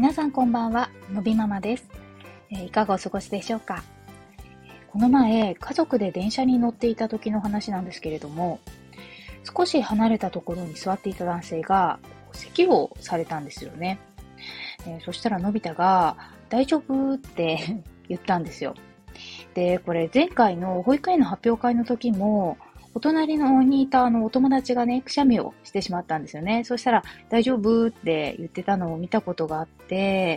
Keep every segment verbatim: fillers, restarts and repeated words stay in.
皆さんこんばんは、のびママです、えー。いかがお過ごしでしょうか。この前、家族で電車に乗っていた時の話なんですけれども、少し離れたところに座っていた男性が咳をされたんですよね。えー、そしたらのび太が大丈夫って言ったんですよ。で、これ前回の保育園の発表会の時も、お隣のにいたあのお友達がね、くしゃみをしてしまったんですよね。そしたら、大丈夫って言ってたのを見たことがあって、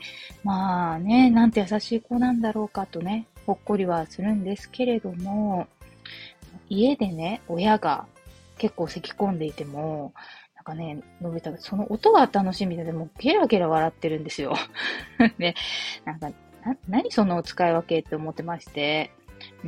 まあね、なんて優しい子なんだろうかとね、ほっこりはするんですけれども、家でね、親が結構咳き込んでいても、なんかね、のび太がその音が楽しみで、でもゲラゲラ笑ってるんですよ。で、なんか、な、何その使い分けって思ってまして、うん、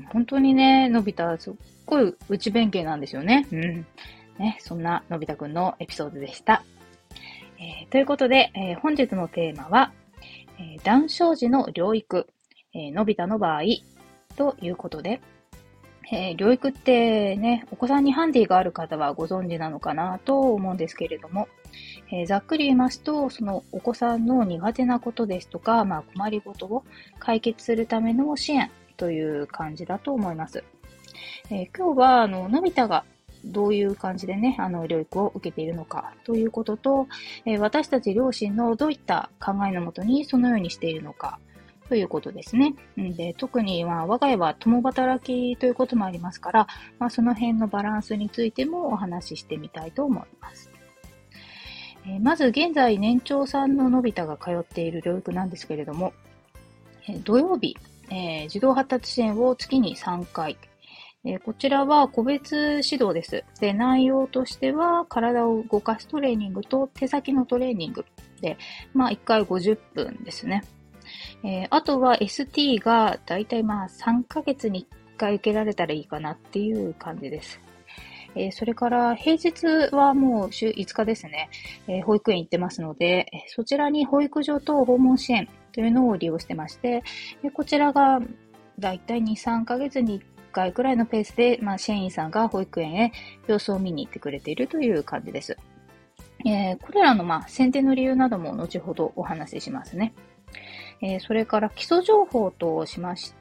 本当にね、のび太はすっごい内弁慶なんですよね。うん。ね、そんなのび太くんのエピソードでした。えー、ということで、えー、本日のテーマは、えー、談笑時の療育、えー、のび太の場合ということで、えー、療育ってね、お子さんにハンディがある方はご存知なのかなと思うんですけれども、えー、ざっくり言いますと、そのお子さんの苦手なことですとか、まあ、困りごとを解決するための支援という感じだと思います。えー、今日は、あの、のび太がどういう感じでね、あの、療育を受けているのかということと、えー、私たち両親のどういった考えのもとにそのようにしているのかということですね。で、特に、まあ、我が家は共働きということもありますから、まあ、その辺のバランスについてもお話ししてみたいと思います。えー、まず、現在年長さんののび太が通っている療育なんですけれども、えー、土曜日、えー、児童発達支援を月にさんかい。えー、こちらは個別指導です。で、内容としては、体を動かすトレーニングと手先のトレーニングで、まあ、いっかいごじゅっぷんですね。えー、あとは エスティー がだいたいまあさんかげつにいっかい受けられたらいいかなっていう感じです。えー、それから平日はもう週いつかですね、えー、保育園行ってますので、そちらに保育所と訪問支援というのを利用してまして、こちらがだいたいに、さんかげつにいっかいくらいのペースで、まあ、支援員さんが保育園へ様子を見に行ってくれているという感じです。えー、これらのまあ選定の理由なども後ほどお話ししますね。えー、それから基礎情報としまして、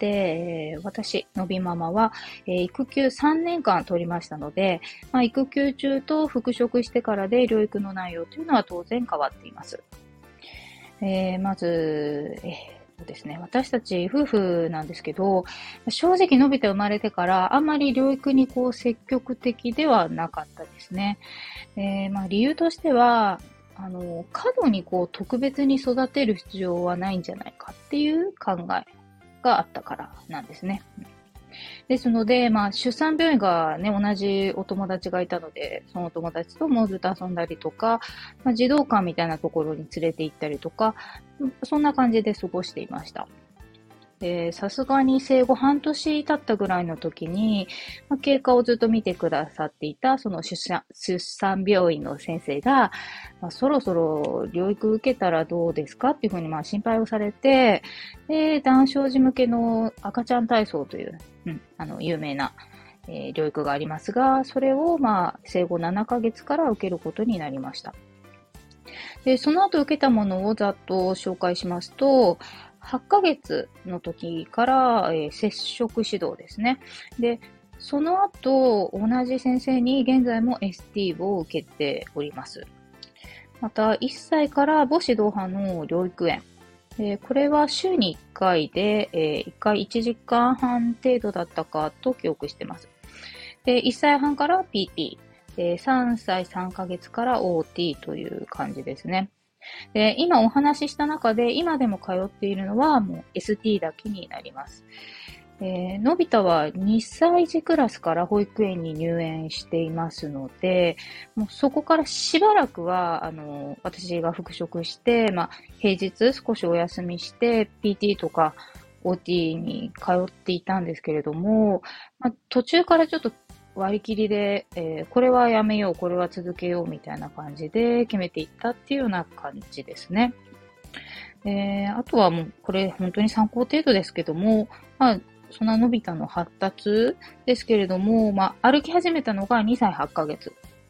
えー、私、のびママは、えー、育休さんねんかん取りましたので、まあ、育休中と復職してからで療育の内容というのは当然変わっています。えー、まず、えーそうですね。私たち夫婦なんですけど、正直のび太生まれてからあんまり療育にこう積極的ではなかったですね。えー、まあ理由としては、あの、過度にこう特別に育てる必要はないんじゃないかっていう考えがあったからなんですね。ですので、まあ、出産病院がね、同じお友達がいたので、その友達ともずっと遊んだりとか、まあ、児童館みたいなところに連れて行ったりとか、そんな感じで過ごしていました。で、さすがに生後半年経ったぐらいの時に、まあ、経過をずっと見てくださっていた、その出産、出産病院の先生が、まあ、そろそろ療育受けたらどうですかっていうふうにまあ心配をされて、で、男性児向けの赤ちゃん体操という、うん、あの、有名な、えー、療育がありますが、それをまあ、生後ななかげつから受けることになりました。で、その後受けたものをざっと紹介しますと、はっかげつの時から、えー、接触指導ですね。で、その後、同じ先生に現在も エスティー を受けております。また、いっさいから母子同派の療育園。えー、これは週にいっかいで、えー、いっかいいちじかんはん程度だったかと記憶してます。で、いっさいはんから ピーティー、えー、さんさいさんかげつから オーティー という感じですね。で、今お話しした中で、今でも通っているのはもう エスティー だけになります。えー、のび太はにさい児クラスから保育園に入園していますので、もうそこからしばらくは、あの、私が復職して、まあ、平日少しお休みして、ピーティー とか オーティー に通っていたんですけれども、まあ、途中からちょっと割り切りで、えー、これはやめよう、これは続けようみたいな感じで決めていったっていうような感じですね。えー、あとはもう、これ本当に参考程度ですけども、まあ、そんなのび太の発達ですけれども、まあ、歩き始めたのがにさいはっかげつ。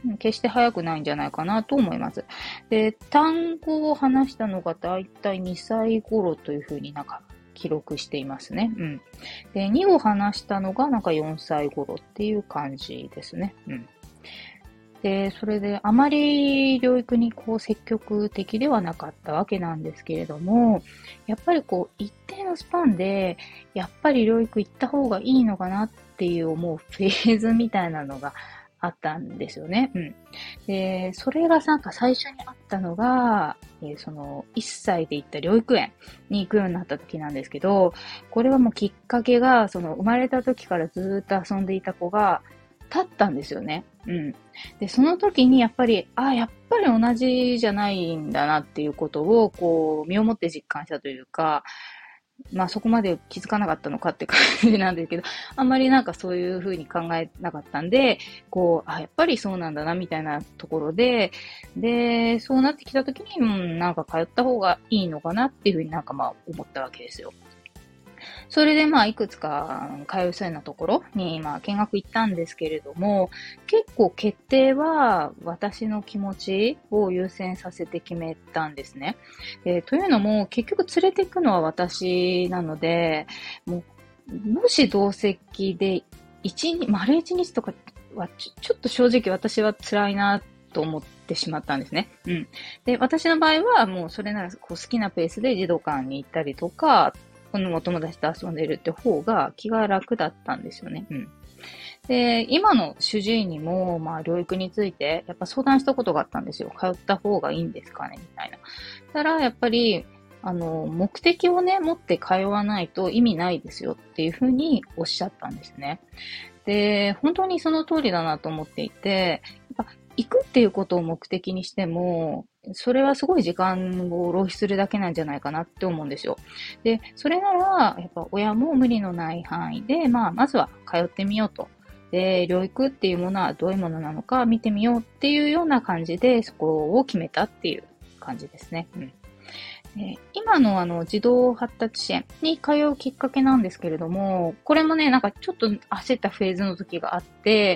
決して早くないんじゃないかなと思います。で、単語を話したのがだいたいにさい頃というふうになんか記録していますね。うん。で、に語話したのがなんかよんさい頃っていう感じですね。うん。で、それであまり療育にこう積極的ではなかったわけなんですけれども、やっぱりこう一定のスパンで、やっぱり療育行った方がいいのかなっていう思うフェーズみたいなのがあったんですよね。うん。で、それがなんか最初にあったのが、えーそのいっさいで行った療育園に行くようになった時なんですけど、これはもうきっかけが、その生まれた時からずーっと遊んでいた子が立ったんですよね。うん。で、その時にやっぱり、あ、やっぱり同じじゃないんだなっていうことを、こう、身をもって実感したというか、まあそこまで気づかなかったのかって感じなんですけど、あんまりなんかそういうふうに考えなかったんで、こう、あ、やっぱりそうなんだなみたいなところで、で、そうなってきた時に、うん、なんか通った方がいいのかなっていうふうになんかまあ思ったわけですよ。それでまあいくつか通いそうなところにまあ見学行ったんですけれども、結構決定は私の気持ちを優先させて決めたんですね。えーというのも結局連れて行くのは私なので、もうもし同席で一日、丸一日とかはちょ、ちょっと正直私は辛いなと思ってしまったんですね。うん。で、私の場合はもうそれならこう好きなペースで児童館に行ったりとか、このお友達と遊んでいるって方が気が楽だったんですよね。うん。で、今の主治医にも、まあ、療育について、やっぱ相談したことがあったんですよ。通った方がいいんですかねみたいな。たら、やっぱり、あの、目的をね、持って通わないと意味ないですよっていうふうにおっしゃったんですね。で、本当にその通りだなと思っていて、やっぱ行くっていうことを目的にしても、それはすごい時間を浪費するだけなんじゃないかなって思うんですよ。で、それなら、やっぱ親も無理のない範囲で、まあ、まずは通ってみようと。で、療育っていうものはどういうものなのか見てみようっていうような感じで、そこを決めたっていう感じですね。うん。えー今のあの児童発達支援に通うきっかけなんですけれども、これもね、なんかちょっと焦ったフェーズの時があって、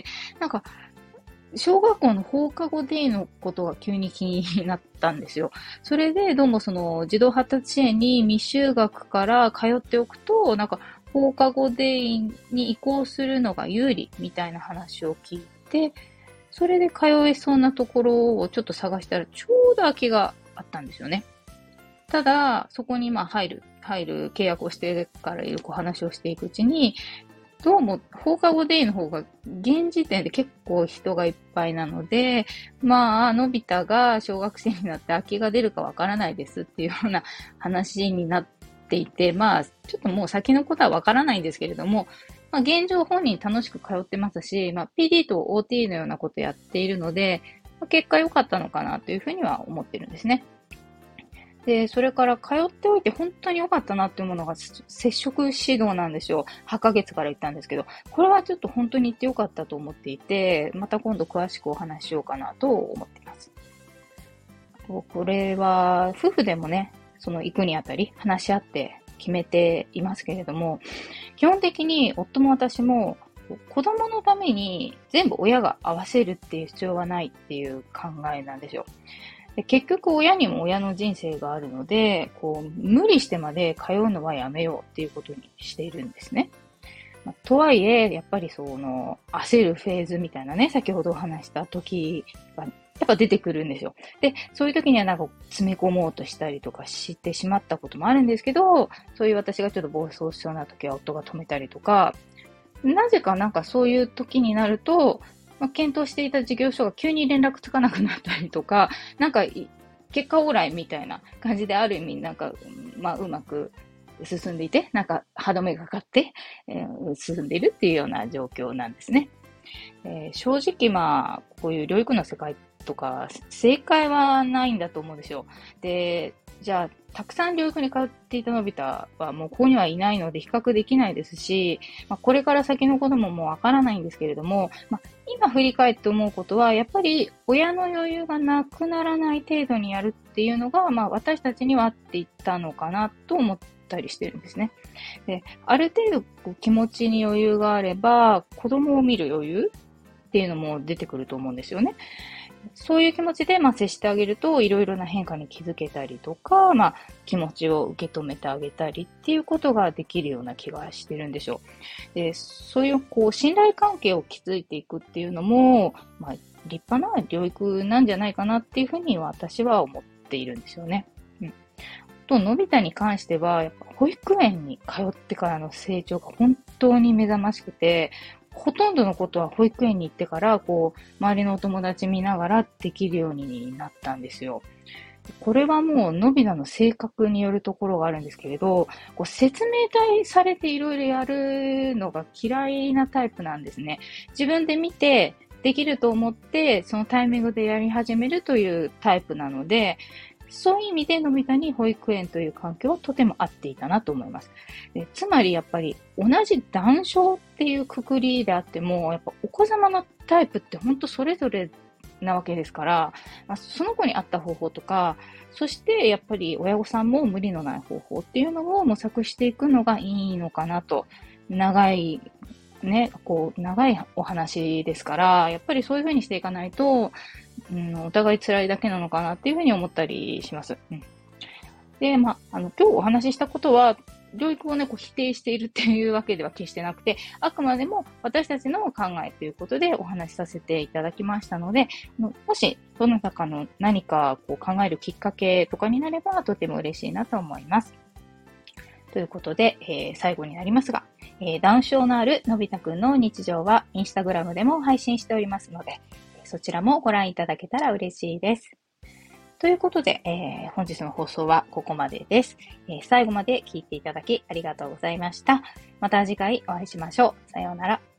なんか小学校の放課後デーのことが急に気になったんですよ。それでどうもその児童発達支援に未就学から通っておくと、なんか放課後デイに移行するのが有利みたいな話を聞いて、それで通えそうなところをちょっと探したらちょうど空きがあったんですよね。ただ、そこにまあ入る、入る契約をしてからいろいろ話をしていくうちに、どうも放課後デイの方が現時点で結構人がいっぱいなので、まあ、のび太が小学生になって空きが出るかわからないですっていうような話になっていて、まあ、ちょっともう先のことはわからないんですけれども、まあ、現状本人楽しく通ってますし、まあ、ピーディー と オーティー のようなことやっているので、まあ結果良かったのかなというふうには思ってるんですね。で、それから通っておいて本当に良かったなっていうものが接触指導なんですよ。はちかげつから行ったんですけど、これはちょっと本当に行って良かったと思っていて、また今度詳しくお話ししようかなと思っています。これは夫婦でもね、その行くにあたり話し合って決めていますけれども、基本的に夫も私も子供のために全部親が合わせるっていう必要はないっていう考えなんですよ。で結局親にも親の人生があるので、こう、無理してまで通うのはやめようっていうことにしているんですね。まあ、とはいえ、やっぱりその、焦るフェーズみたいなね、先ほどお話した時が、やっぱ出てくるんですよ。で、そういう時にはなんか詰め込もうとしたりとかしてしまったこともあるんですけど、そういう私がちょっと暴走しそうな時は夫が止めたりとか、なぜかなんかそういう時になると、まあ、検討していた事業所が急に連絡つかなくなったりとか、なんか結果オーライみたいな感じである意味なんか、まあうまく進んでいて、なんか歯止めがかかって、えー進んでいるっていうような状況なんですね。えー正直まあ、こういう療育の世界とか、正解はないんだと思うんですよ。で、じゃあ、たくさん療育に通っていたのび太はもうここにはいないので比較できないですし、まあ、これから先のことももうわからないんですけれども、まあ、今振り返って思うことは、やっぱり親の余裕がなくならない程度にやるっていうのが、まあ私たちには合っていったのかなと思ったりしてるんですね。で、ある程度こう気持ちに余裕があれば、子供を見る余裕っていうのも出てくると思うんですよね。そういう気持ちで、まあ、接してあげると、いろいろな変化に気づけたりとか、まあ、気持ちを受け止めてあげたりっていうことができるような気がしてるんですよ。で、そういう、こう、信頼関係を築いていくっていうのも、まあ、立派な療育なんじゃないかなっていうふうに私は思っているんですよね。うん。と、のび太に関しては、やっぱ保育園に通ってからの成長が本当に目覚ましくて、ほとんどのことは保育園に行ってから、こう、周りのお友達見ながらできるようになったんですよ。これはもう、のび太の性格によるところがあるんですけれど、こう説明体されていろいろやるのが嫌いなタイプなんですね。自分で見て、できると思って、そのタイミングでやり始めるというタイプなので、そういう意味でのび太に保育園という環境はとても合っていたなと思います。でつまりやっぱり同じ男性っていうくくりであっても、やっぱお子様のタイプって本当それぞれなわけですから、まあ、その子に合った方法とか、そしてやっぱり親御さんも無理のない方法っていうのを模索していくのがいいのかなと。長いね、こう、長いお話ですから、やっぱりそういう風にしていかないと、うん、お互い辛いだけなのかなっていう風に思ったりします。うん、で、まあ、あの、今日お話ししたことは、療育をね、こう否定しているっていうわけでは決してなくて、あくまでも私たちの考えということでお話しさせていただきましたので、もし、どなたかの何かこう考えるきっかけとかになれば、とても嬉しいなと思います。ということで、えー、最後になりますが、えー、ダウン症のあるのび太くんの日常はインスタグラムでも配信しておりますので、そちらもご覧いただけたら嬉しいです。ということで、えー、本日の放送はここまでです、えー。最後まで聞いていただきありがとうございました。また次回お会いしましょう。さようなら。